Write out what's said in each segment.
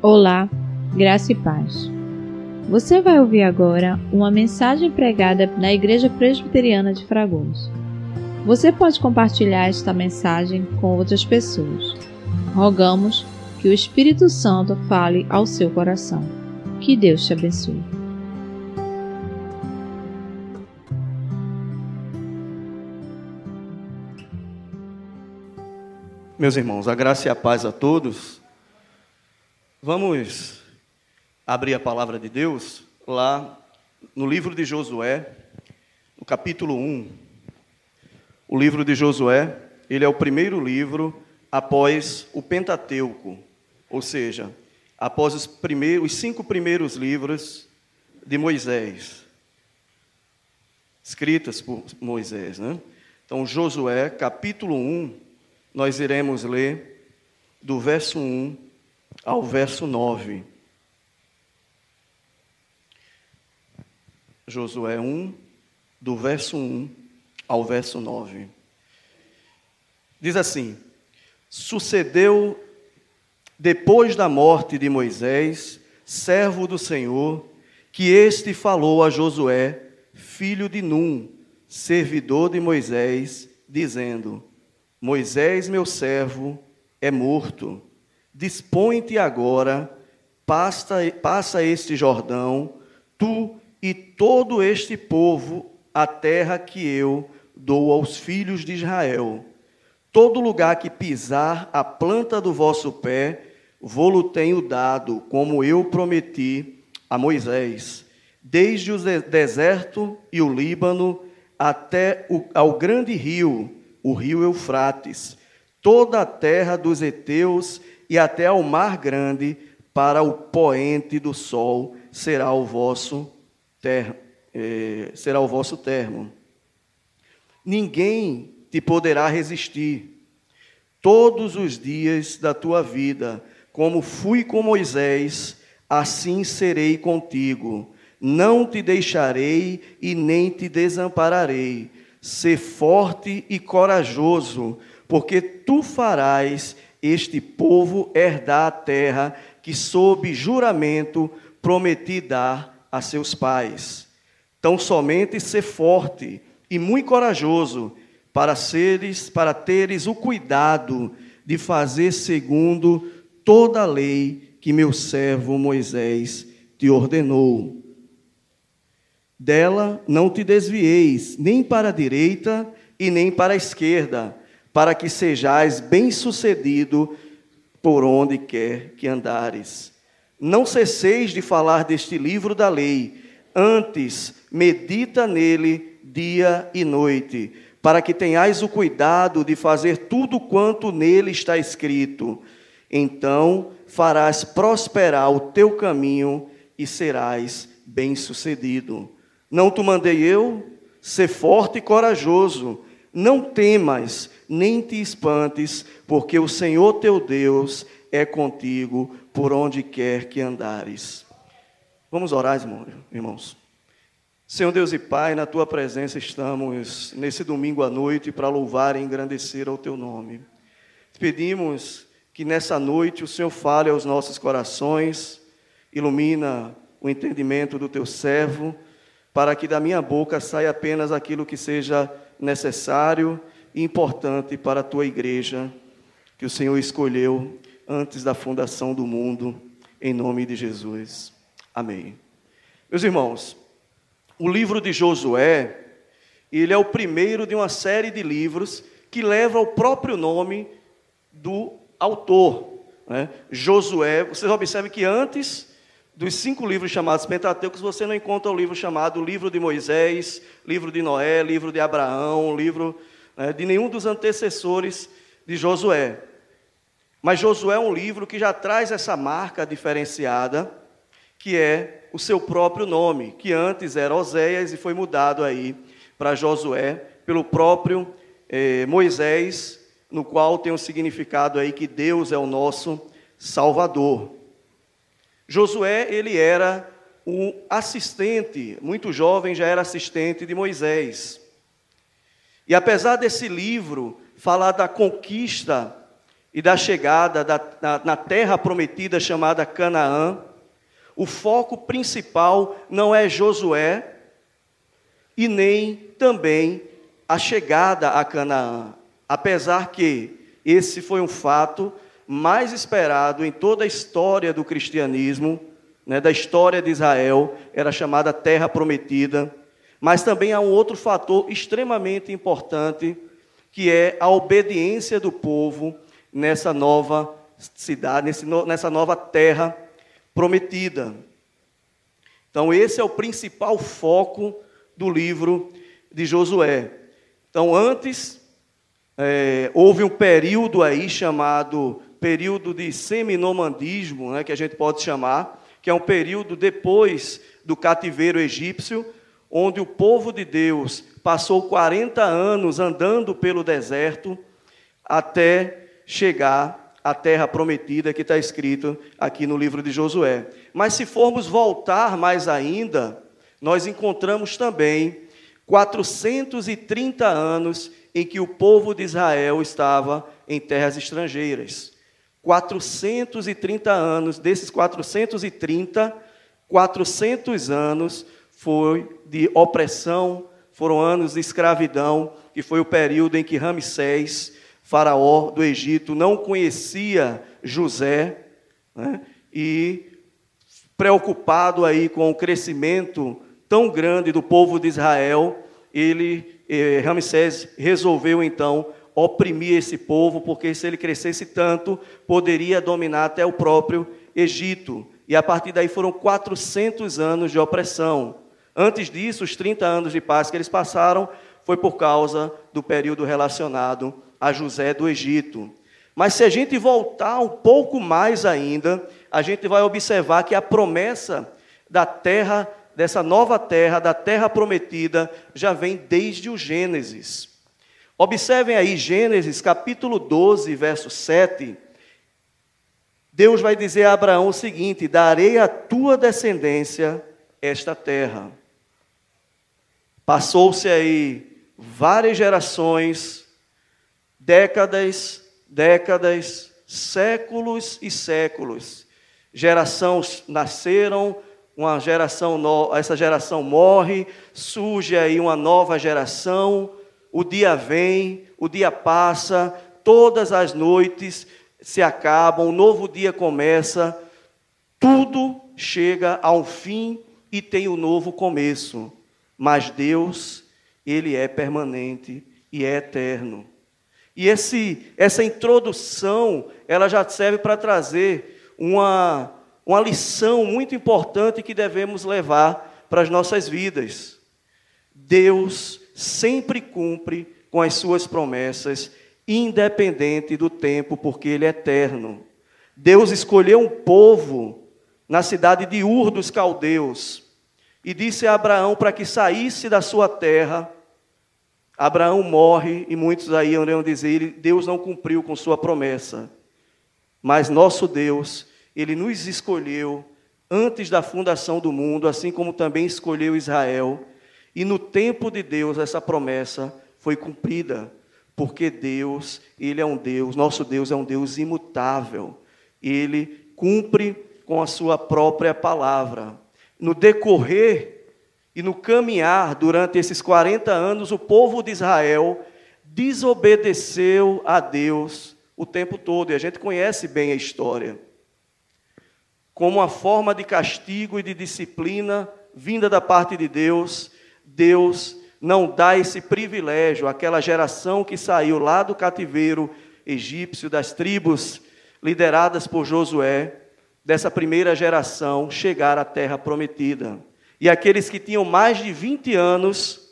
Olá, graça e paz. Você vai ouvir agora uma mensagem pregada na Igreja Presbiteriana de Fragoso. Você pode compartilhar esta mensagem com outras pessoas. Rogamos que o Espírito Santo fale ao seu coração. Que Deus te abençoe. Meus irmãos, a graça e a paz a todos. Vamos abrir a palavra de Deus lá no livro de Josué, no capítulo 1. O livro de Josué, ele é o primeiro livro após o Pentateuco, ou seja, após os 5 primeiros livros de Moisés, escritas por Moisés, né? Então, Josué, capítulo 1, nós iremos ler do verso 1 ao verso 9. Josué 1, do verso 1 ao verso 9. Diz assim: Sucedeu depois da morte de Moisés, servo do Senhor, que este falou a Josué, filho de Num, servidor de Moisés, dizendo: Moisés, meu servo, é morto. Dispõe-te agora, passa este Jordão, tu e todo este povo, a terra que eu dou aos filhos de Israel. Todo lugar que pisar a planta do vosso pé, vô-lo tenho dado, como eu prometi a Moisés, desde o deserto e o Líbano até ao grande rio, o rio Eufrates, toda a terra dos heteus e até ao mar grande, para o poente do sol será o vosso termo. Ninguém te poderá resistir todos os dias da tua vida, como fui com Moisés, assim serei contigo. Não te deixarei e nem te desampararei. Sê forte e corajoso, porque tu farás este povo herdar a terra que, sob juramento, prometi dar a seus pais. Tão somente ser forte e muito corajoso, para teres o cuidado de fazer segundo toda a lei que meu servo Moisés te ordenou. Dela não te desvieis, nem para a direita e nem para a esquerda, para que sejais bem-sucedido por onde quer que andares. Não cesseis de falar deste livro da lei, antes medita nele dia e noite, para que tenhais o cuidado de fazer tudo quanto nele está escrito. Então farás prosperar o teu caminho e serás bem-sucedido. Não te mandei eu? Ser forte e corajoso. Não temas, nem te espantes, porque o Senhor teu Deus é contigo por onde quer que andares. Vamos orar, irmãos. Senhor Deus e Pai, na tua presença estamos nesse domingo à noite para louvar e engrandecer ao teu nome. Te pedimos que nessa noite o Senhor fale aos nossos corações, ilumina o entendimento do teu servo, para que da minha boca saia apenas aquilo que seja necessário e importante para a tua igreja, que o Senhor escolheu antes da fundação do mundo, em nome de Jesus. Amém. Meus irmãos, o livro de Josué, ele é o primeiro de uma série de livros que leva o próprio nome do autor, né? Josué. Vocês observem que antes dos 5 livros chamados Pentateucos, você não encontra o livro chamado Livro de Moisés, Livro de Noé, Livro de Abraão, livro de nenhum dos antecessores de Josué. Mas Josué é um livro que já traz essa marca diferenciada, que é o seu próprio nome, que antes era Oséias e foi mudado aí para Josué, pelo próprio Moisés, no qual tem um significado aí que Deus é o nosso Salvador. Josué, ele era um assistente, muito jovem, já era assistente de Moisés. E apesar desse livro falar da conquista e da chegada na terra prometida chamada Canaã, o foco principal não é Josué e nem também a chegada a Canaã, apesar que esse foi um fato mais esperado em toda a história do cristianismo, né, da história de Israel, era chamada Terra Prometida, mas também há um outro fator extremamente importante, que é a obediência do povo nessa nova cidade, nessa nova terra prometida. Então, esse é o principal foco do livro de Josué. Então, antes, houve um período aí chamado período de seminomandismo, né, que a gente pode chamar, que é um período depois do cativeiro egípcio, onde o povo de Deus passou 40 anos andando pelo deserto até chegar à terra prometida, que está escrito aqui no livro de Josué. Mas se formos voltar mais ainda, nós encontramos também 430 anos em que o povo de Israel estava em terras estrangeiras. 430 anos, desses 430, 400 anos foi de opressão, foram anos de escravidão, que foi o período em que Ramsés, faraó do Egito, não conhecia José, né? E preocupado aí com o crescimento tão grande do povo de Israel, Ramsés resolveu então oprimir esse povo, porque se ele crescesse tanto, poderia dominar até o próprio Egito. E a partir daí foram 400 anos de opressão. Antes disso, os 30 anos de paz que eles passaram foi por causa do período relacionado a José do Egito. Mas se a gente voltar um pouco mais ainda, a gente vai observar que a promessa da terra, dessa nova terra, da terra prometida, já vem desde o Gênesis. Observem aí, Gênesis, capítulo 12, verso 7, Deus vai dizer a Abraão o seguinte: darei à tua descendência esta terra. Passou-se aí várias gerações, décadas, séculos e séculos. Gerações nasceram, essa geração morre, surge aí uma nova geração, o dia vem, o dia passa, todas as noites se acabam, um novo dia começa, tudo chega a um fim e tem um novo começo. Mas Deus, Ele é permanente e é eterno. E essa introdução, ela já serve para trazer uma lição muito importante que devemos levar para as nossas vidas. Deus sempre cumpre com as suas promessas, independente do tempo, porque Ele é eterno. Deus escolheu um povo na cidade de Ur dos Caldeus e disse a Abraão para que saísse da sua terra. Abraão morre e muitos aí irão dizer: Deus não cumpriu com sua promessa. Mas nosso Deus, Ele nos escolheu antes da fundação do mundo, assim como também escolheu Israel. E no tempo de Deus essa promessa foi cumprida, porque Deus, Ele é um Deus, nosso Deus é um Deus imutável. Ele cumpre com a sua própria palavra. No decorrer e no caminhar durante esses 40 anos, o povo de Israel desobedeceu a Deus o tempo todo, e a gente conhece bem a história. Como uma forma de castigo e de disciplina vinda da parte de Deus, Deus não dá esse privilégio àquela geração que saiu lá do cativeiro egípcio, das tribos lideradas por Josué, dessa primeira geração, chegar à terra prometida. E aqueles que tinham mais de 20 anos,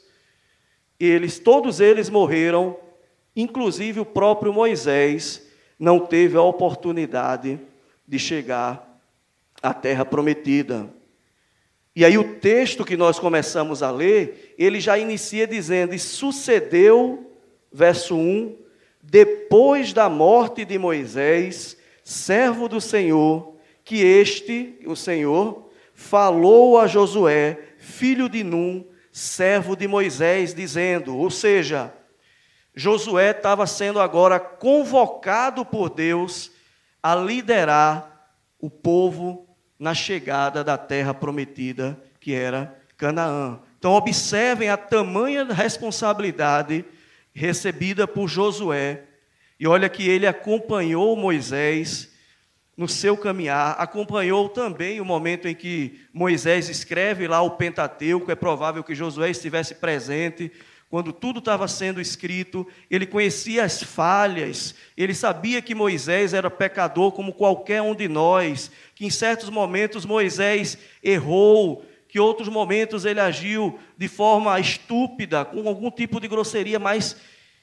todos eles morreram, inclusive o próprio Moisés não teve a oportunidade de chegar à terra prometida. E aí o texto que nós começamos a ler, ele já inicia dizendo: e sucedeu, verso 1, depois da morte de Moisés, servo do Senhor, que o Senhor, falou a Josué, filho de Num, servo de Moisés, dizendo, ou seja, Josué estava sendo agora convocado por Deus a liderar o povo na chegada da terra prometida, que era Canaã. Então, observem a tamanha responsabilidade recebida por Josué. E olha que ele acompanhou Moisés no seu caminhar, acompanhou também o momento em que Moisés escreve lá o Pentateuco. É provável que Josué estivesse presente quando tudo estava sendo escrito. Ele conhecia as falhas, ele sabia que Moisés era pecador como qualquer um de nós, que em certos momentos Moisés errou, que em outros momentos ele agiu de forma estúpida, com algum tipo de grosseria, mas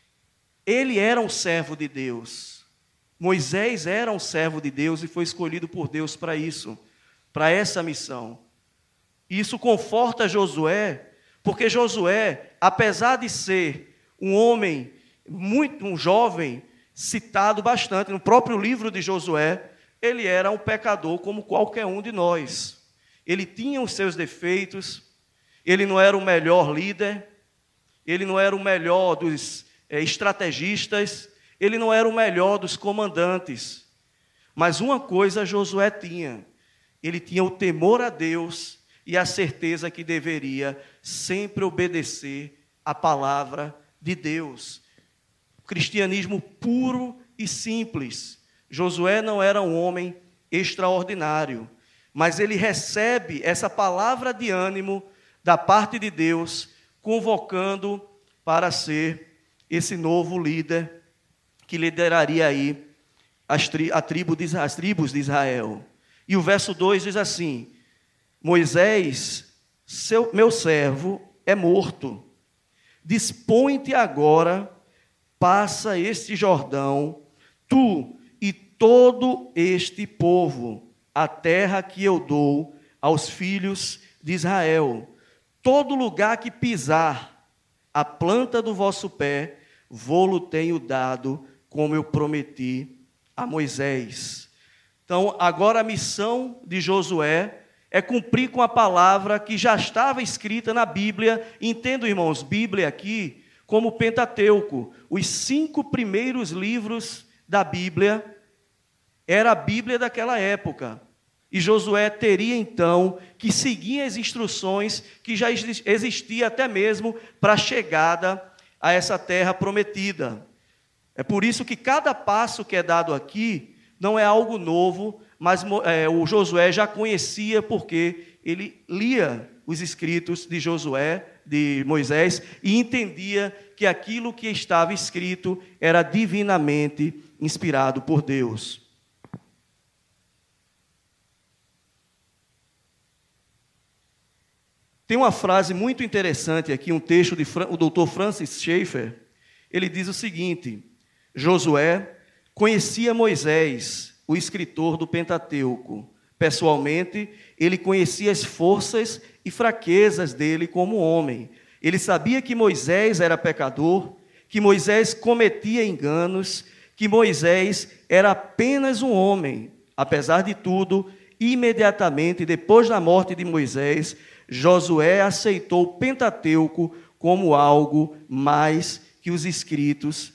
ele era um servo de Deus. Moisés era um servo de Deus e foi escolhido por Deus para isso, para essa missão. E isso conforta Josué, porque Josué, apesar de ser um homem, um jovem, citado bastante no próprio livro de Josué, ele era um pecador como qualquer um de nós. Ele tinha os seus defeitos, ele não era o melhor líder, ele não era o melhor dos estrategistas, ele não era o melhor dos comandantes. Mas uma coisa Josué tinha, ele tinha o temor a Deus e a certeza que deveria sempre obedecer a palavra de Deus. O cristianismo puro e simples. Josué não era um homem extraordinário, mas ele recebe essa palavra de ânimo da parte de Deus, convocando para ser esse novo líder que lideraria aí as tribos de Israel. E o verso 2 diz assim: Moisés, meu servo, é morto. Dispõe-te agora, passa este Jordão, tu e todo este povo, a terra que eu dou aos filhos de Israel. Todo lugar que pisar a planta do vosso pé, vô-lo tenho dado, como eu prometi a Moisés. Então, agora a missão de Josué é cumprir com a palavra que já estava escrita na Bíblia. Entendo, irmãos, Bíblia aqui como Pentateuco. Os 5 primeiros livros da Bíblia era a Bíblia daquela época. E Josué teria, então, que seguir as instruções que já existia até mesmo para a chegada a essa terra prometida. É por isso que cada passo que é dado aqui não é algo novo, mas o Josué já conhecia, porque ele lia os escritos de Moisés, e entendia que aquilo que estava escrito era divinamente inspirado por Deus. Tem uma frase muito interessante aqui, um texto do Dr. Francis Schaeffer. Ele diz o seguinte: Josué conhecia Moisés, o escritor do Pentateuco. Pessoalmente, ele conhecia as forças e fraquezas dele como homem. Ele sabia que Moisés era pecador, que Moisés cometia enganos, que Moisés era apenas um homem. Apesar de tudo, imediatamente depois da morte de Moisés, Josué aceitou o Pentateuco como algo mais que os escritos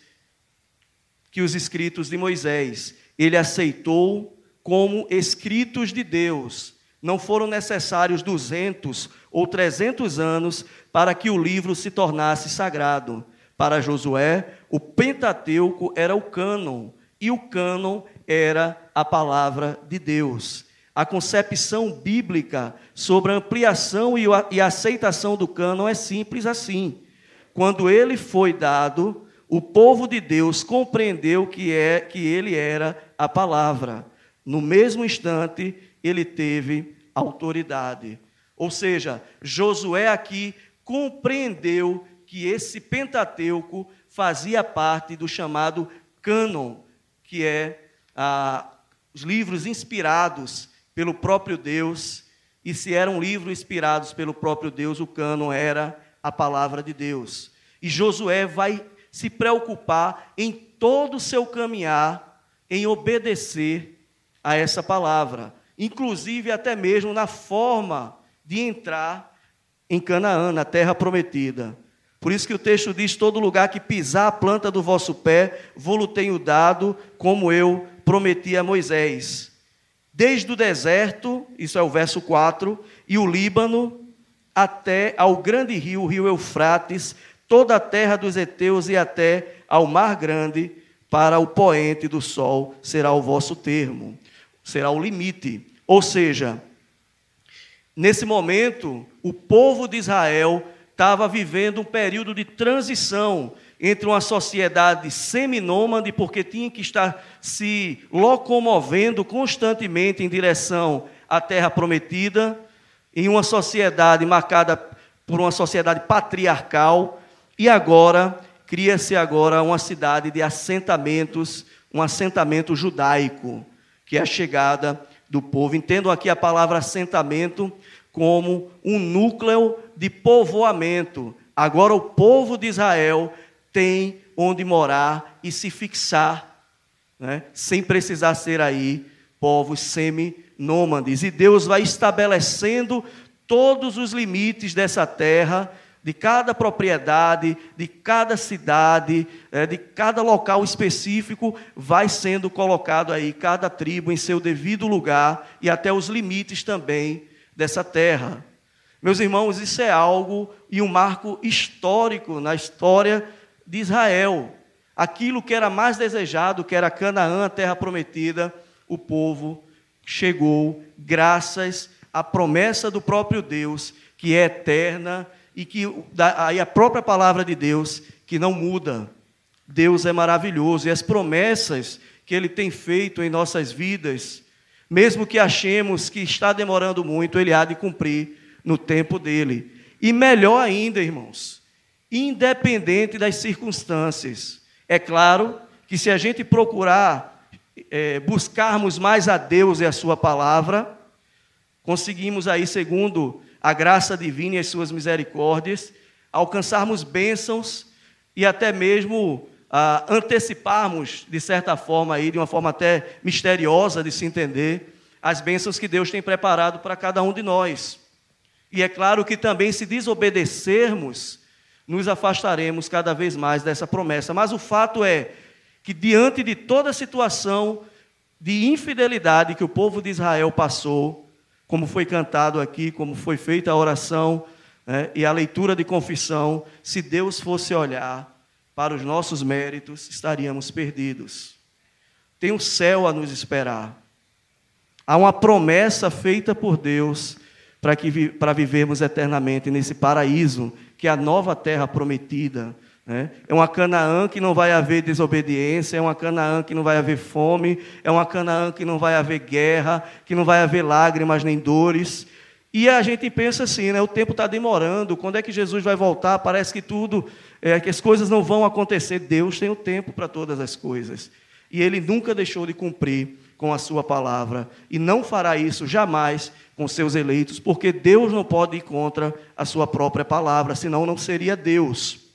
de Moisés. Ele aceitou como escritos de Deus. Não foram necessários 200 ou 300 anos para que o livro se tornasse sagrado. Para Josué, o Pentateuco era o cânon, e o cânon era a palavra de Deus. A concepção bíblica sobre a ampliação e a aceitação do cânon é simples assim. Quando ele foi dado, o povo de Deus compreendeu que ele era a palavra. No mesmo instante, ele teve autoridade. Ou seja, Josué aqui compreendeu que esse Pentateuco fazia parte do chamado cânon, que é os livros inspirados pelo próprio Deus. E se eram livros inspirados pelo próprio Deus, o cânon era a palavra de Deus. E Josué vai se preocupar em todo o seu caminhar em obedecer a essa palavra, inclusive até mesmo na forma de entrar em Canaã, na terra prometida. Por isso que o texto diz: todo lugar que pisar a planta do vosso pé, vou-lo tenho dado, como eu prometi a Moisés. Desde o deserto, isso é o verso 4, e o Líbano, até ao grande rio, o rio Eufrates, toda a terra dos heteus e até ao mar grande, para o poente do sol será o vosso termo, será o limite. Ou seja, nesse momento, o povo de Israel estava vivendo um período de transição entre uma sociedade seminômade, porque tinha que estar se locomovendo constantemente em direção à terra prometida, em uma sociedade marcada por uma sociedade patriarcal, e agora cria-se uma cidade de assentamentos, um assentamento judaico, que é a chegada do povo. Entendam aqui a palavra assentamento como um núcleo de povoamento. Agora o povo de Israel tem onde morar e se fixar, né? Sem precisar ser aí povos seminômades. E Deus vai estabelecendo todos os limites dessa terra, de cada propriedade, de cada cidade, de cada local específico, vai sendo colocado aí cada tribo em seu devido lugar e até os limites também dessa terra. Meus irmãos, isso é algo e um marco histórico na história de Israel. Aquilo que era mais desejado, que era Canaã, a terra prometida, o povo chegou graças à promessa do próprio Deus, que é eterna, e que aí a própria palavra de Deus, que não muda. Deus é maravilhoso, e as promessas que Ele tem feito em nossas vidas, mesmo que achemos que está demorando muito, Ele há de cumprir no tempo dEle. E melhor ainda, irmãos, independente das circunstâncias. É claro que se a gente procurar buscarmos mais a Deus e a sua palavra, conseguimos aí, segundo a graça divina e as suas misericórdias, alcançarmos bênçãos e até mesmo anteciparmos, de certa forma, aí, de uma forma até misteriosa de se entender, as bênçãos que Deus tem preparado para cada um de nós. E é claro que também, se desobedecermos, nos afastaremos cada vez mais dessa promessa. Mas o fato é que, diante de toda a situação de infidelidade que o povo de Israel passou, como foi cantado aqui, como foi feita a oração, né, e a leitura de confissão, se Deus fosse olhar para os nossos méritos, estaríamos perdidos. Tem um céu a nos esperar. Há uma promessa feita por Deus para vivermos eternamente nesse paraíso, que é a nova terra prometida. É uma Canaã que não vai haver desobediência, é uma Canaã que não vai haver fome, é uma Canaã que não vai haver guerra, que não vai haver lágrimas nem dores. E a gente pensa assim, né? O tempo está demorando, quando é que Jesus vai voltar? Parece que que as coisas não vão acontecer. Deus tem o tempo para todas as coisas. E Ele nunca deixou de cumprir com a sua palavra. E não fará isso jamais com seus eleitos, porque Deus não pode ir contra a sua própria palavra, senão não seria Deus.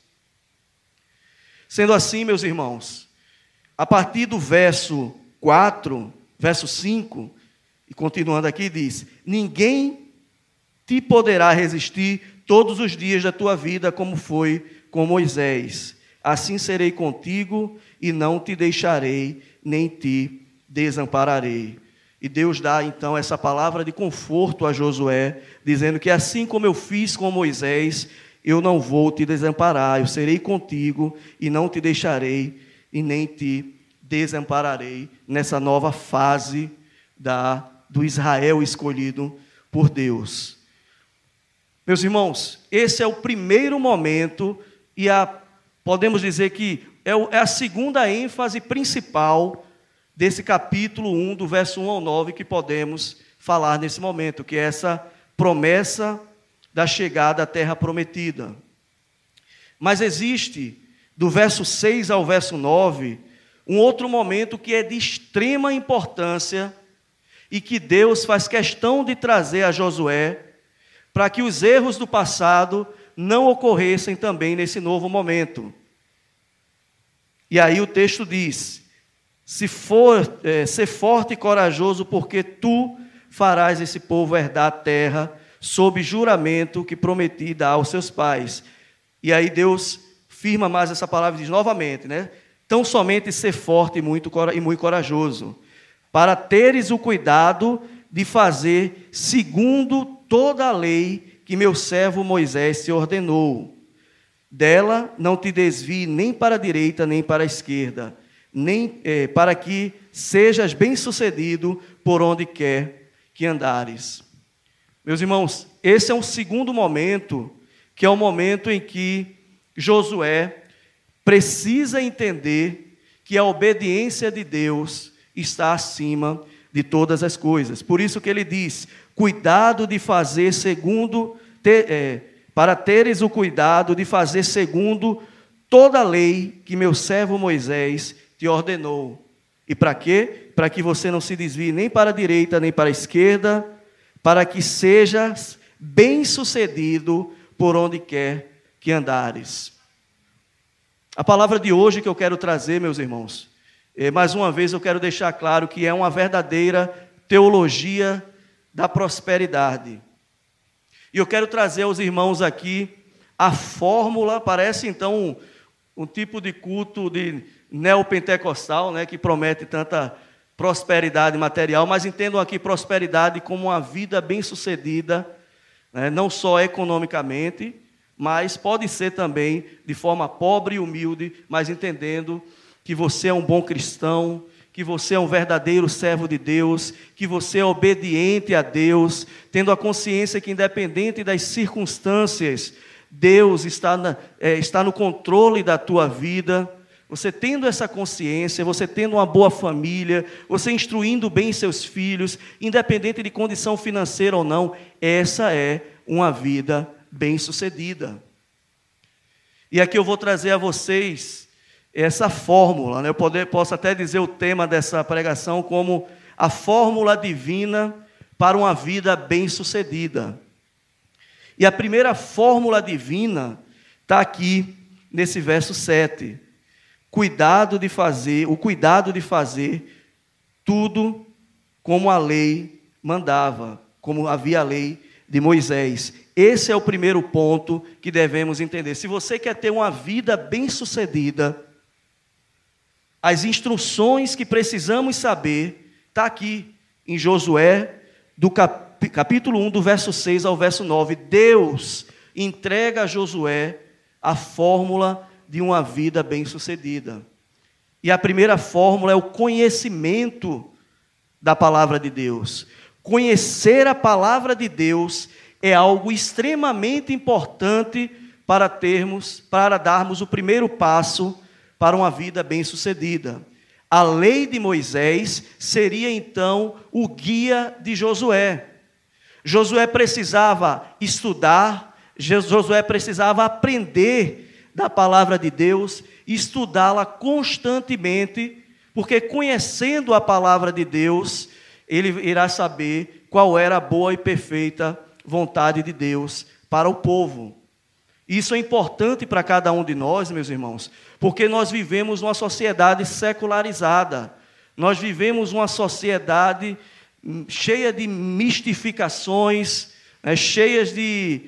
Sendo assim, meus irmãos, a partir do verso 4, verso 5, e continuando aqui, diz: ninguém te poderá resistir todos os dias da tua vida, como foi com Moisés. Assim serei contigo e não te deixarei, nem te desampararei. E Deus dá, então, essa palavra de conforto a Josué, dizendo que assim como eu fiz com Moisés, eu não vou te desamparar, eu serei contigo e não te deixarei e nem te desampararei nessa nova fase do Israel escolhido por Deus. Meus irmãos, esse é o primeiro momento e podemos dizer que é a segunda ênfase principal desse capítulo 1, do verso 1 ao 9, que podemos falar nesse momento, que é essa promessa da chegada à terra prometida. Mas existe, do verso 6 ao verso 9, um outro momento que é de extrema importância e que Deus faz questão de trazer a Josué para que os erros do passado não ocorressem também nesse novo momento. E aí o texto diz: ser forte e corajoso, porque tu farás esse povo herdar a terra sob juramento que prometi dar aos seus pais. E aí Deus firma mais essa palavra e diz novamente, né? Tão somente ser forte e muito corajoso, para teres o cuidado de fazer segundo toda a lei que meu servo Moisés te ordenou. Dela não te desvie nem para a direita, nem para a esquerda, nem para que sejas bem-sucedido por onde quer que andares. Meus irmãos, esse é um segundo momento, que é o momento em que Josué precisa entender que a obediência de Deus está acima de todas as coisas. Por isso que ele diz, cuidado de fazer para teres o cuidado de fazer segundo toda a lei que meu servo Moisés te ordenou. E para quê? Para que você não se desvie nem para a direita, nem para a esquerda, para que sejas bem-sucedido por onde quer que andares. A palavra de hoje que eu quero trazer, meus irmãos, mais uma vez eu quero deixar claro que é uma verdadeira teologia da prosperidade. E eu quero trazer aos irmãos aqui a fórmula, parece então um tipo de culto de neopentecostal, né, que promete tanta prosperidade material, mas entendam aqui prosperidade como uma vida bem-sucedida, né, não só economicamente, mas pode ser também de forma pobre e humilde, mas entendendo que você é um bom cristão, que você é um verdadeiro servo de Deus, que você é obediente a Deus, tendo a consciência que independente das circunstâncias, Deus está no controle da tua vida. Você tendo essa consciência, você tendo uma boa família, você instruindo bem seus filhos, independente de condição financeira ou não, essa é uma vida bem-sucedida. E aqui eu vou trazer a vocês essa fórmula, né? Eu posso até dizer o tema dessa pregação como a fórmula divina para uma vida bem-sucedida. E a primeira fórmula divina está aqui nesse verso 7. O cuidado de fazer tudo como a lei mandava, como havia a lei de Moisés. Esse é o primeiro ponto que devemos entender. Se você quer ter uma vida bem-sucedida, as instruções que precisamos saber, está aqui em Josué, do capítulo 1, do verso 6 ao verso 9. Deus entrega a Josué a fórmula de uma vida bem-sucedida. E a primeira fórmula é o conhecimento da palavra de Deus. Conhecer a palavra de Deus é algo extremamente importante para darmos o primeiro passo para uma vida bem-sucedida. A lei de Moisés seria então o guia de Josué. Josué precisava estudar, Josué precisava aprender da palavra de Deus, estudá-la constantemente, porque conhecendo a palavra de Deus, ele irá saber qual era a boa e perfeita vontade de Deus para o povo. Isso é importante para cada um de nós, meus irmãos, porque nós vivemos uma sociedade secularizada. Nós vivemos uma sociedade cheia de mistificações, cheias de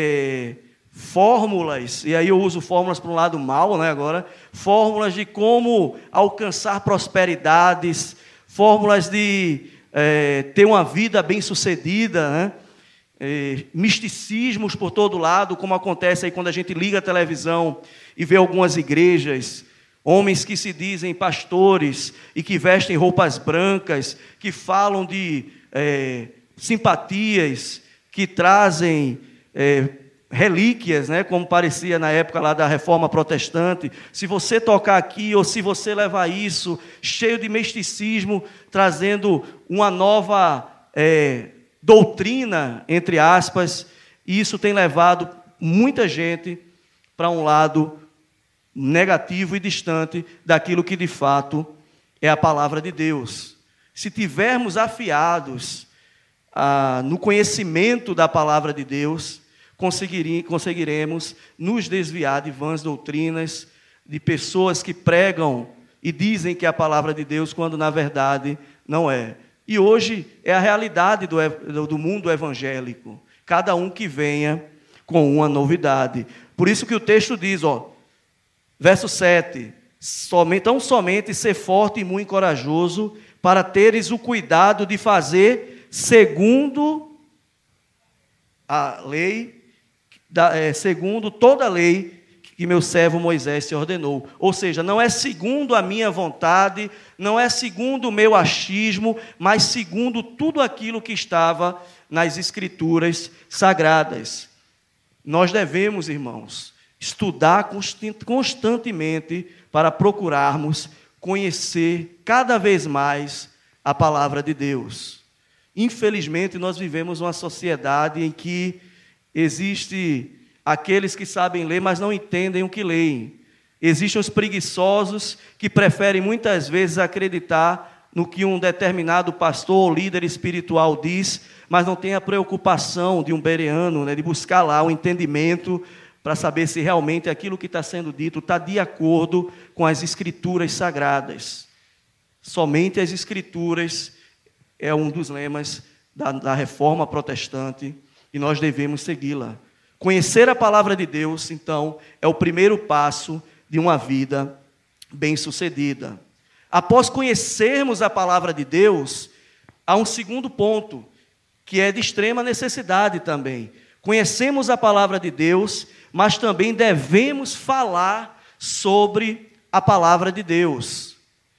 fórmulas, e aí eu uso fórmulas para um lado mal, né, agora, fórmulas de como alcançar prosperidades, fórmulas de ter uma vida bem-sucedida, né? Misticismos por todo lado, como acontece aí quando a gente liga a televisão e vê algumas igrejas, homens que se dizem pastores e que vestem roupas brancas, que falam de simpatias, que trazem relíquias, né, como parecia na época lá da Reforma Protestante. Se você tocar aqui ou se você levar isso, cheio de misticismo, trazendo uma nova doutrina, entre aspas, e isso tem levado muita gente para um lado negativo e distante daquilo que de fato é a palavra de Deus. Se tivermos afiados no conhecimento da palavra de Deus, conseguiremos nos desviar de vãs doutrinas, de pessoas que pregam e dizem que é a palavra de Deus, quando na verdade não é. E hoje é a realidade do mundo evangélico. Cada um que venha com uma novidade. Por isso que o texto diz, verso 7, tão somente ser forte e muito corajoso, para teres o cuidado de fazer segundo a lei, segundo toda a lei que meu servo Moisés te ordenou. Ou seja, não é segundo a minha vontade, não é segundo o meu achismo, mas segundo tudo aquilo que estava nas Escrituras sagradas. Nós devemos, irmãos, estudar constantemente para procurarmos conhecer cada vez mais a palavra de Deus. Infelizmente, nós vivemos uma sociedade em que existe aqueles que sabem ler, mas não entendem o que leem. Existem os preguiçosos que preferem muitas vezes acreditar no que um determinado pastor ou líder espiritual diz, mas não tem a preocupação de um bereano, de buscar lá o entendimento para saber se realmente aquilo que está sendo dito está de acordo com as Escrituras sagradas. Somente as Escrituras é um dos lemas da Reforma Protestante e nós devemos segui-la. Conhecer a palavra de Deus, então, é o primeiro passo de uma vida bem-sucedida. Após conhecermos a palavra de Deus, há um segundo ponto, que é de extrema necessidade também. Conhecemos a palavra de Deus, mas também devemos falar sobre a palavra de Deus.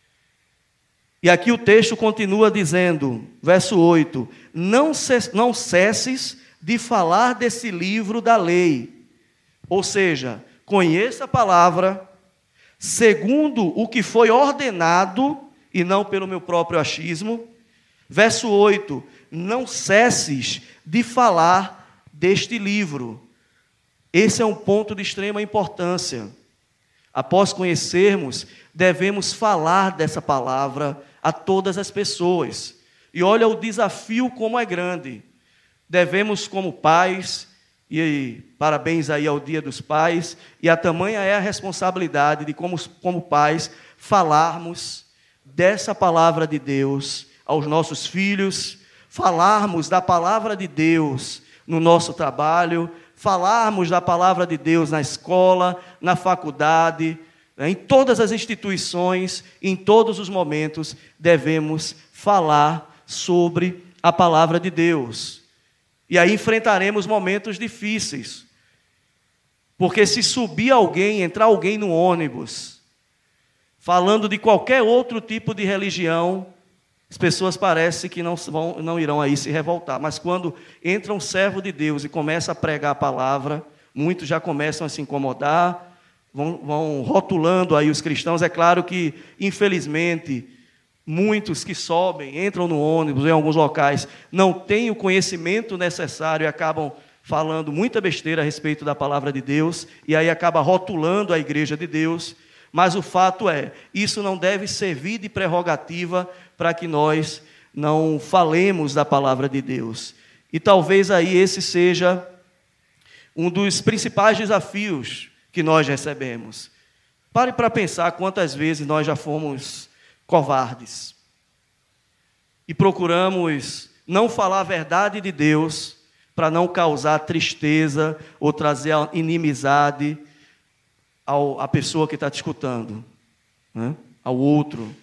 E aqui o texto continua dizendo, verso 8, não cesses de falar desse livro da lei. Ou seja, conheça a palavra segundo o que foi ordenado, e não pelo meu próprio achismo. Verso 8, não cesses de falar deste livro. Esse é um ponto de extrema importância. Após conhecermos, devemos falar dessa palavra a todas as pessoas. E olha o desafio como é grande. Devemos, como pais, e parabéns aí ao Dia dos Pais, e a tamanha é a responsabilidade de, como pais, falarmos dessa palavra de Deus aos nossos filhos, falarmos da palavra de Deus no nosso trabalho, falarmos da palavra de Deus na escola, na faculdade, em todas as instituições, em todos os momentos, devemos falar sobre a palavra de Deus. E aí enfrentaremos momentos difíceis, porque se subir alguém, entrar alguém no ônibus, falando de qualquer outro tipo de religião, as pessoas parecem que não irão aí se revoltar, mas quando entra um servo de Deus e começa a pregar a palavra, muitos já começam a se incomodar, vão rotulando aí os cristãos. É claro que, infelizmente, muitos que sobem, entram no ônibus, em alguns locais, não têm o conhecimento necessário e acabam falando muita besteira a respeito da palavra de Deus, e aí acaba rotulando a igreja de Deus. Mas o fato é, isso não deve servir de prerrogativa para que nós não falemos da palavra de Deus. E talvez aí esse seja um dos principais desafios que nós recebemos. Pare para pensar quantas vezes nós já fomos covardes e procuramos não falar a verdade de Deus para não causar tristeza ou trazer inimizade à pessoa que está te escutando, né? Ao outro.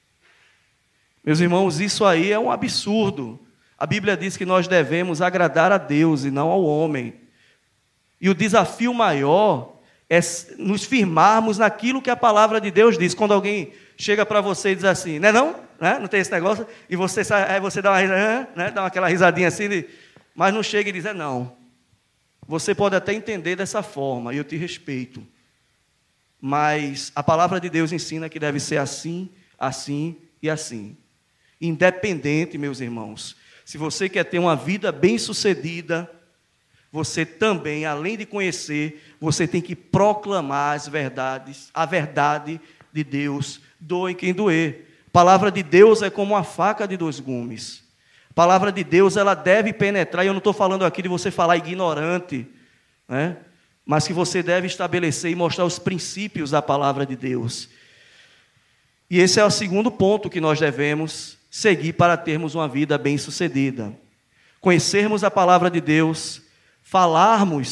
Meus irmãos, isso aí é um absurdo. A Bíblia diz que nós devemos agradar a Deus e não ao homem. E o desafio maior é nos firmarmos naquilo que a palavra de Deus diz. Quando alguém chega para você e diz assim, não? Não tem esse negócio? E você dá uma risada, né? Dá aquela risadinha assim, mas não chega e diz, não. Você pode até entender dessa forma, e eu te respeito. Mas a palavra de Deus ensina que deve ser assim, assim e assim. Independente, meus irmãos, se você quer ter uma vida bem-sucedida, você também, além de conhecer, você tem que proclamar as verdades, a verdade de Deus, doe quem doer. A palavra de Deus é como uma faca de dois gumes. A palavra de Deus, ela deve penetrar, e eu não estou falando aqui de você falar ignorante, né? Mas que você deve estabelecer e mostrar os princípios da palavra de Deus. E esse é o segundo ponto que nós devemos seguir para termos uma vida bem-sucedida. Conhecermos a palavra de Deus, falarmos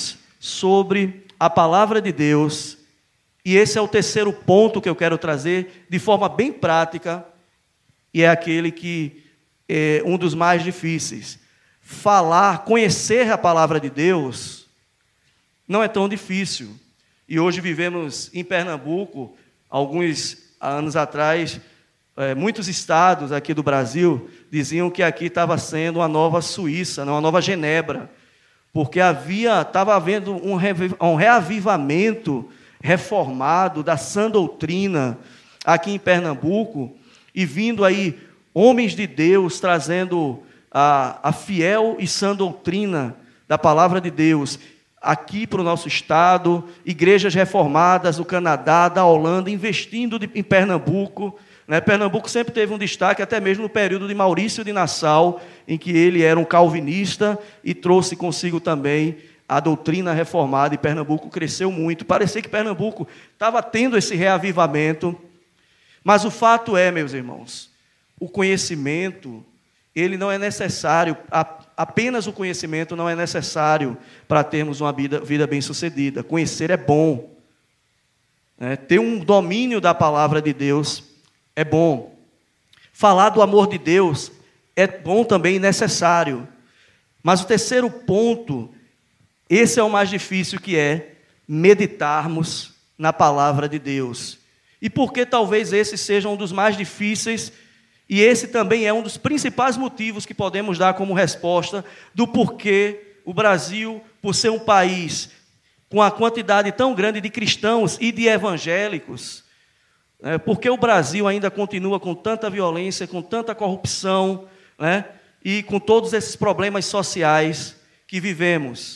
sobre a palavra de Deus, e esse é o terceiro ponto que eu quero trazer de forma bem prática, e é aquele que é um dos mais difíceis. Falar, conhecer a palavra de Deus não é tão difícil. E hoje vivemos em Pernambuco, alguns anos atrás, muitos estados aqui do Brasil diziam que aqui estava sendo uma nova Suíça, uma nova Genebra, porque estava havendo um reavivamento reformado da sã doutrina aqui em Pernambuco, e vindo aí homens de Deus trazendo a fiel e sã doutrina da palavra de Deus aqui para o nosso estado, igrejas reformadas do Canadá, da Holanda, investindo em Pernambuco. Pernambuco sempre teve um destaque, até mesmo no período de Maurício de Nassau, em que ele era um calvinista e trouxe consigo também a doutrina reformada, e Pernambuco cresceu muito. Parecia que Pernambuco estava tendo esse reavivamento, mas o fato é, meus irmãos, o conhecimento, ele não é necessário, apenas o conhecimento não é necessário para termos uma vida bem-sucedida. Conhecer é bom, ter um domínio da palavra de Deus é bom. Falar do amor de Deus é bom também e necessário. Mas o terceiro ponto, esse é o mais difícil, que é meditarmos na palavra de Deus. E por que talvez esse seja um dos mais difíceis, e esse também é um dos principais motivos que podemos dar como resposta do porquê o Brasil, por ser um país com a quantidade tão grande de cristãos e de evangélicos, porque o Brasil ainda continua com tanta violência, com tanta corrupção, e com todos esses problemas sociais que vivemos.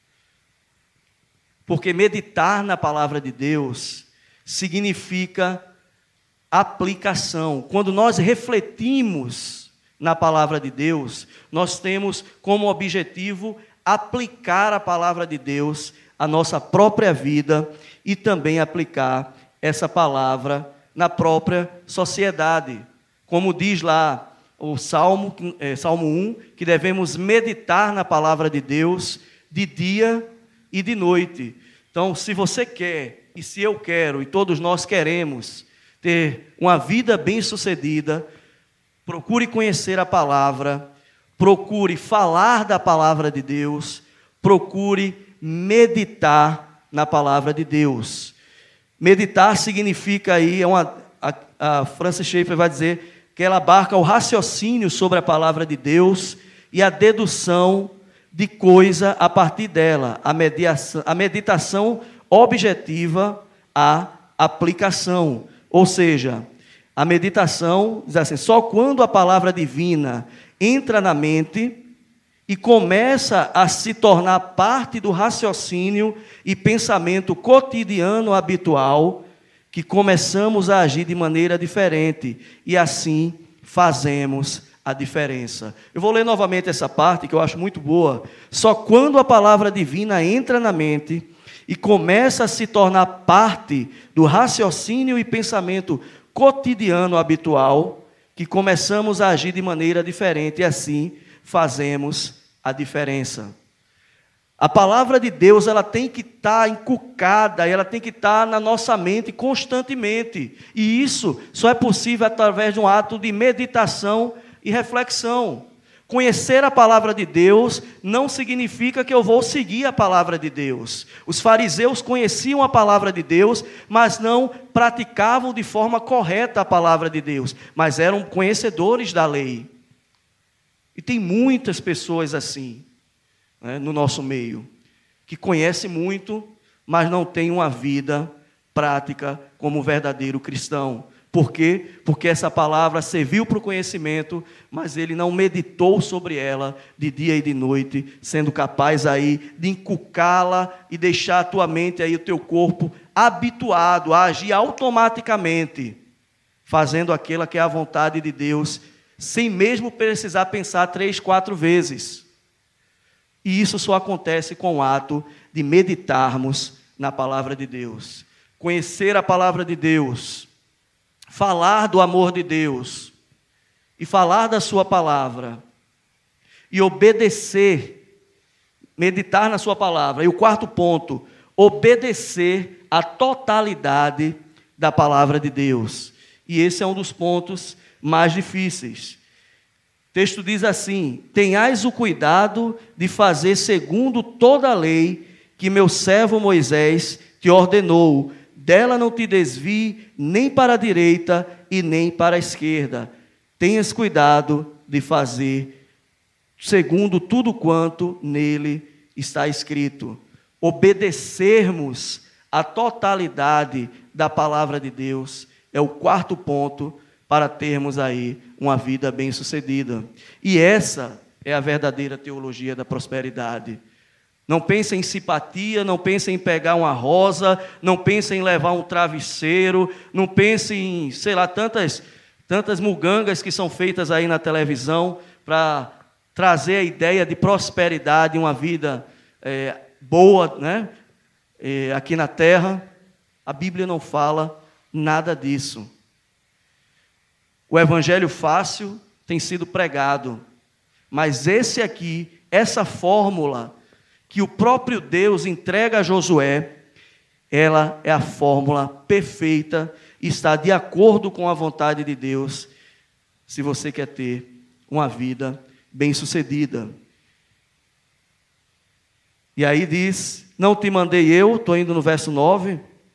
Porque meditar na palavra de Deus significa aplicação. Quando nós refletimos na palavra de Deus, nós temos como objetivo aplicar a palavra de Deus à nossa própria vida e também aplicar essa palavra na própria sociedade. Como diz lá o Salmo 1, que devemos meditar na palavra de Deus de dia e de noite. Então, se você quer, e se eu quero, e todos nós queremos ter uma vida bem-sucedida, procure conhecer a palavra, procure falar da palavra de Deus, procure meditar na palavra de Deus. Meditar significa aí, a Francis Schaeffer vai dizer que ela abarca o raciocínio sobre a palavra de Deus e a dedução de coisa a partir dela, a meditação objetiva, a aplicação. Ou seja, a meditação, diz assim, só quando a palavra divina entra na mente e começa a se tornar parte do raciocínio e pensamento cotidiano habitual, que começamos a agir de maneira diferente e assim fazemos a diferença. Eu vou ler novamente essa parte que eu acho muito boa. Só quando a palavra divina entra na mente e começa a se tornar parte do raciocínio e pensamento cotidiano habitual, que começamos a agir de maneira diferente e assim fazemos a diferença. A palavra de Deus, ela tem que estar encucada, ela tem que estar na nossa mente constantemente. E isso só é possível através de um ato de meditação e reflexão. Conhecer a palavra de Deus não significa que eu vou seguir a palavra de Deus. Os fariseus conheciam a palavra de Deus, mas não praticavam de forma correta a palavra de Deus, mas eram conhecedores da lei. E tem muitas pessoas assim, no nosso meio, que conhecem muito, mas não têm uma vida prática como verdadeiro cristão. Por quê? Porque essa palavra serviu para o conhecimento, mas ele não meditou sobre ela de dia e de noite, sendo capaz aí de inculcá-la e deixar a tua mente aí, o teu corpo habituado a agir automaticamente, fazendo aquela que é a vontade de Deus, sem mesmo precisar pensar 3, 4 vezes. E isso só acontece com o ato de meditarmos na palavra de Deus. Conhecer a palavra de Deus, falar do amor de Deus e falar da sua palavra e obedecer meditar na sua palavra. E o quarto ponto, obedecer a totalidade da palavra de Deus. E esse é um dos pontos mais difíceis. O texto diz assim: tenhais o cuidado de fazer segundo toda a lei que meu servo Moisés te ordenou. Dela não te desvie nem para a direita e nem para a esquerda. Tenhas cuidado de fazer segundo tudo quanto nele está escrito. Obedecermos a totalidade da palavra de Deus é o quarto ponto para termos aí uma vida bem-sucedida. E essa é a verdadeira teologia da prosperidade. Não pense em simpatia, não pense em pegar uma rosa, não pense em levar um travesseiro, não pense em, sei lá, tantas mugangas que são feitas aí na televisão para trazer a ideia de prosperidade, uma vida boa, né? Aqui na terra. A Bíblia não fala nada disso. O evangelho fácil tem sido pregado, mas esse aqui, essa fórmula que o próprio Deus entrega a Josué, ela é a fórmula perfeita, está de acordo com a vontade de Deus, se você quer ter uma vida bem-sucedida. E aí diz: não te mandei eu, estou indo no verso 9,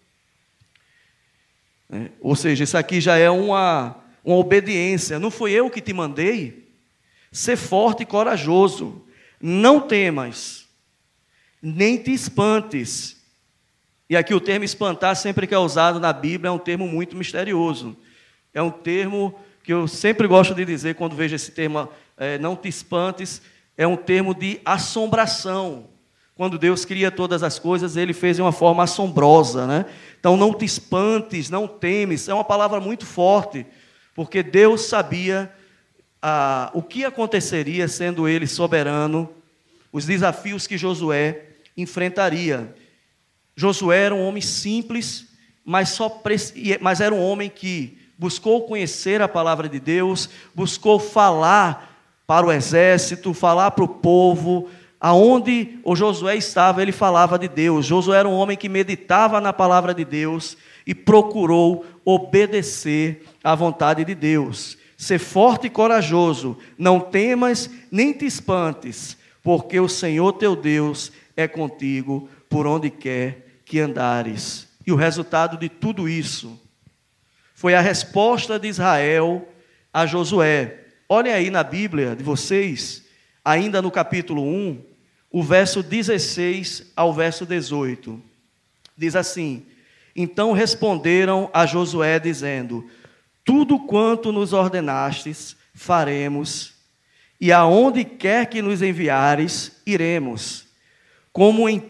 ou seja, isso aqui já é uma obediência. Não fui eu que te mandei? Ser forte e corajoso, não temas, nem te espantes. E aqui o termo espantar, sempre que é usado na Bíblia, é um termo muito misterioso. É um termo que eu sempre gosto de dizer quando vejo esse termo, não te espantes, é um termo de assombração. Quando Deus cria todas as coisas, Ele fez de uma forma assombrosa, né? Então, não te espantes, não temes, é uma palavra muito forte, porque Deus sabia o que aconteceria sendo Ele soberano, os desafios que Josué enfrentaria. Josué era um homem simples, mas era um homem que buscou conhecer a palavra de Deus, buscou falar para o exército, falar para o povo. Aonde o Josué estava, ele falava de Deus. Josué era um homem que meditava na palavra de Deus e procurou obedecer à vontade de Deus. Ser forte e corajoso, não temas nem te espantes, porque o Senhor teu Deus é contigo por onde quer que andares. E o resultado de tudo isso foi a resposta de Israel a Josué. Olhem aí na Bíblia de vocês, ainda no capítulo 1, o verso 16 ao verso 18. Diz assim: então responderam a Josué, dizendo: tudo quanto nos ordenastes, faremos, e aonde quer que nos enviares, iremos. Como em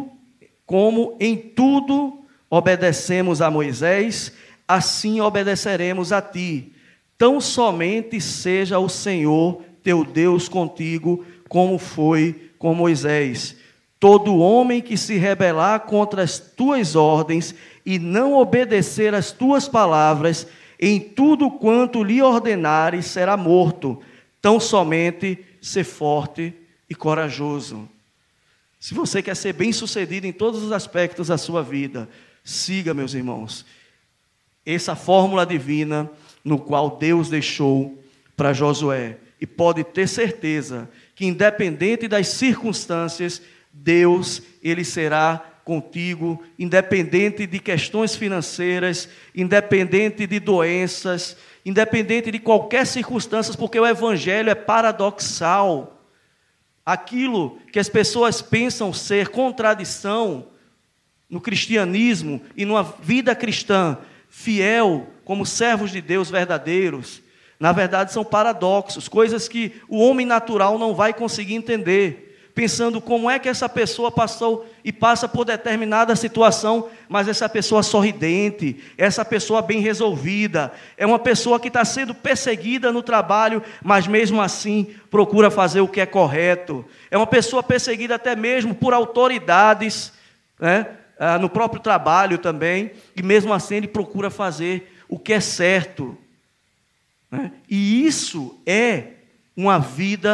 tudo obedecemos a Moisés, assim obedeceremos a ti. Tão somente seja o Senhor teu Deus contigo, como foi com Moisés. Todo homem que se rebelar contra as tuas ordens e não obedecer às tuas palavras, em tudo quanto lhe ordenares, será morto. Tão somente ser forte e corajoso. Se você quer ser bem-sucedido em todos os aspectos da sua vida, siga, meus irmãos, essa fórmula divina no qual Deus deixou para Josué. E pode ter certeza que, independente das circunstâncias, Deus, Ele será contigo, independente de questões financeiras, independente de doenças, independente de qualquer circunstância, porque o Evangelho é paradoxal. Aquilo que as pessoas pensam ser contradição no cristianismo e numa vida cristã fiel, como servos de Deus verdadeiros, na verdade são paradoxos, coisas que o homem natural não vai conseguir entender, pensando como é que essa pessoa passou e passa por determinada situação, mas essa pessoa sorridente, essa pessoa bem resolvida, é uma pessoa que está sendo perseguida no trabalho, mas mesmo assim procura fazer o que é correto, é uma pessoa perseguida até mesmo por autoridades, né, no próprio trabalho também, e mesmo assim ele procura fazer o que é certo. E isso é uma vida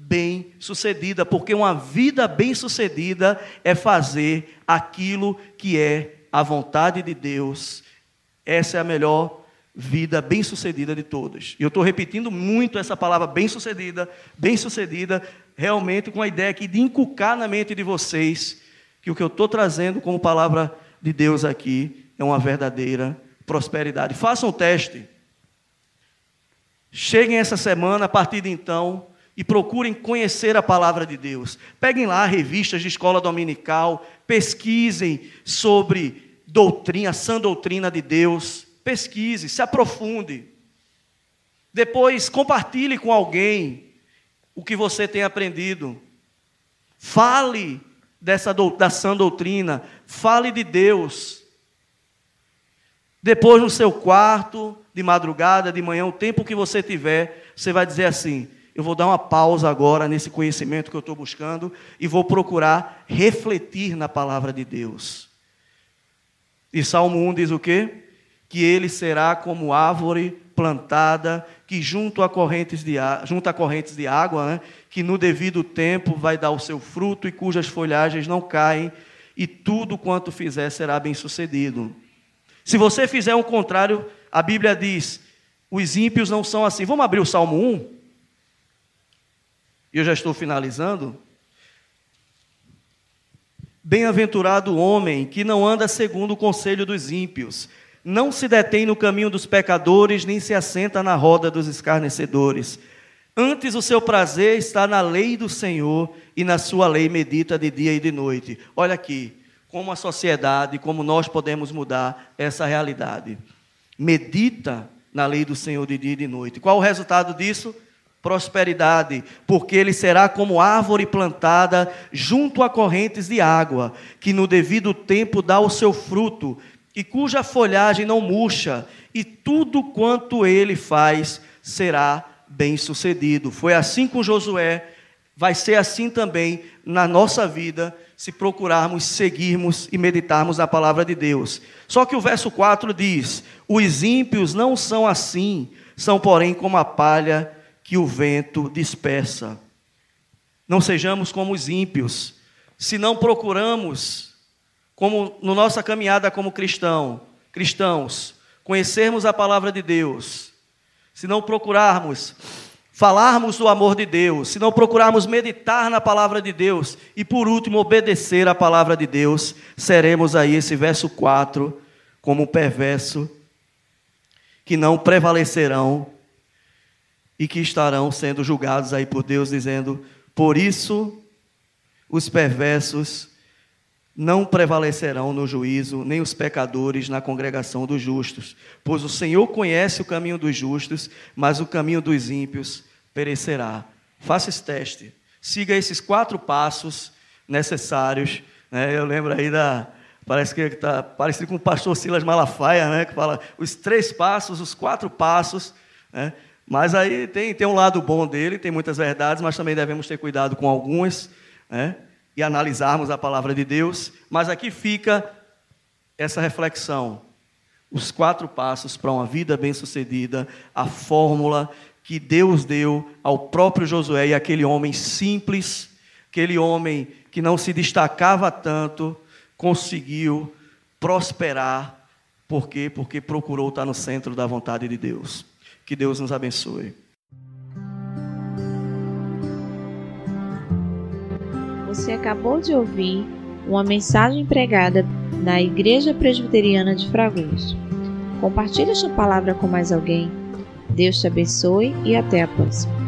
bem-sucedida, porque uma vida bem-sucedida é fazer aquilo que é a vontade de Deus. Essa é a melhor vida bem-sucedida de todas. E eu estou repetindo muito essa palavra bem-sucedida, realmente com a ideia aqui de inculcar na mente de vocês que o que eu estou trazendo como palavra de Deus aqui é uma verdadeira prosperidade. Façam o teste. Cheguem essa semana, a partir de então, e procurem conhecer a palavra de Deus. Peguem lá revistas de escola dominical, pesquisem sobre doutrina, a sã doutrina de Deus. Pesquise, se aprofunde. Depois, compartilhe com alguém o que você tem aprendido. Fale da sã doutrina, fale de Deus. Depois, no seu quarto, de madrugada, de manhã, o tempo que você tiver, você vai dizer assim: eu vou dar uma pausa agora nesse conhecimento que eu estou buscando e vou procurar refletir na palavra de Deus. E Salmo 1 diz o quê? Que ele será como árvore plantada, que junto a correntes de água, né, que no devido tempo vai dar o seu fruto e cujas folhagens não caem, e tudo quanto fizer será bem-sucedido. Se você fizer o contrário, a Bíblia diz, os ímpios não são assim. Vamos abrir o Salmo 1? Eu já estou finalizando. Bem-aventurado o homem que não anda segundo o conselho dos ímpios, não se detém no caminho dos pecadores, nem se assenta na roda dos escarnecedores. Antes o seu prazer está na lei do Senhor, e na sua lei medita de dia e de noite. Olha aqui, como a sociedade, como nós podemos mudar essa realidade. Medita na lei do Senhor de dia e de noite. Qual o resultado disso? Prosperidade, porque ele será como árvore plantada junto a correntes de água, que no devido tempo dá o seu fruto, e cuja folhagem não murcha, e tudo quanto ele faz será bem-sucedido. Foi assim com Josué, vai ser assim também na nossa vida, se procurarmos, seguirmos e meditarmos na palavra de Deus. Só que o verso 4 diz: os ímpios não são assim, são porém como a palha que o vento dispersa. Não sejamos como os ímpios. Se não procuramos, como na nossa caminhada como cristãos, conhecermos a palavra de Deus, se não procurarmos falarmos do amor de Deus, se não procurarmos meditar na palavra de Deus e, por último, obedecer a palavra de Deus, seremos aí, esse verso 4, como um perverso, que não prevalecerão e que estarão sendo julgados aí por Deus, dizendo: por isso os perversos não prevalecerão no juízo, nem os pecadores na congregação dos justos. Pois o Senhor conhece o caminho dos justos, mas o caminho dos ímpios perecerá. Faça esse teste. Siga esses 4 passos necessários. Eu lembro aí parece que está parecido com o pastor Silas Malafaia, né, que fala os 3 passos, os 4 passos, né? Mas aí tem um lado bom dele, tem muitas verdades, mas também devemos ter cuidado com algumas, né? E analisarmos a palavra de Deus. Mas aqui fica essa reflexão. Os 4 passos para uma vida bem-sucedida, a fórmula que Deus deu ao próprio Josué, e aquele homem simples, aquele homem que não se destacava tanto, conseguiu prosperar. Por quê? Porque procurou estar no centro da vontade de Deus. Que Deus nos abençoe. Você acabou de ouvir uma mensagem pregada na Igreja Presbiteriana de Fragoso. Compartilhe esta palavra com mais alguém. Deus te abençoe e até a próxima.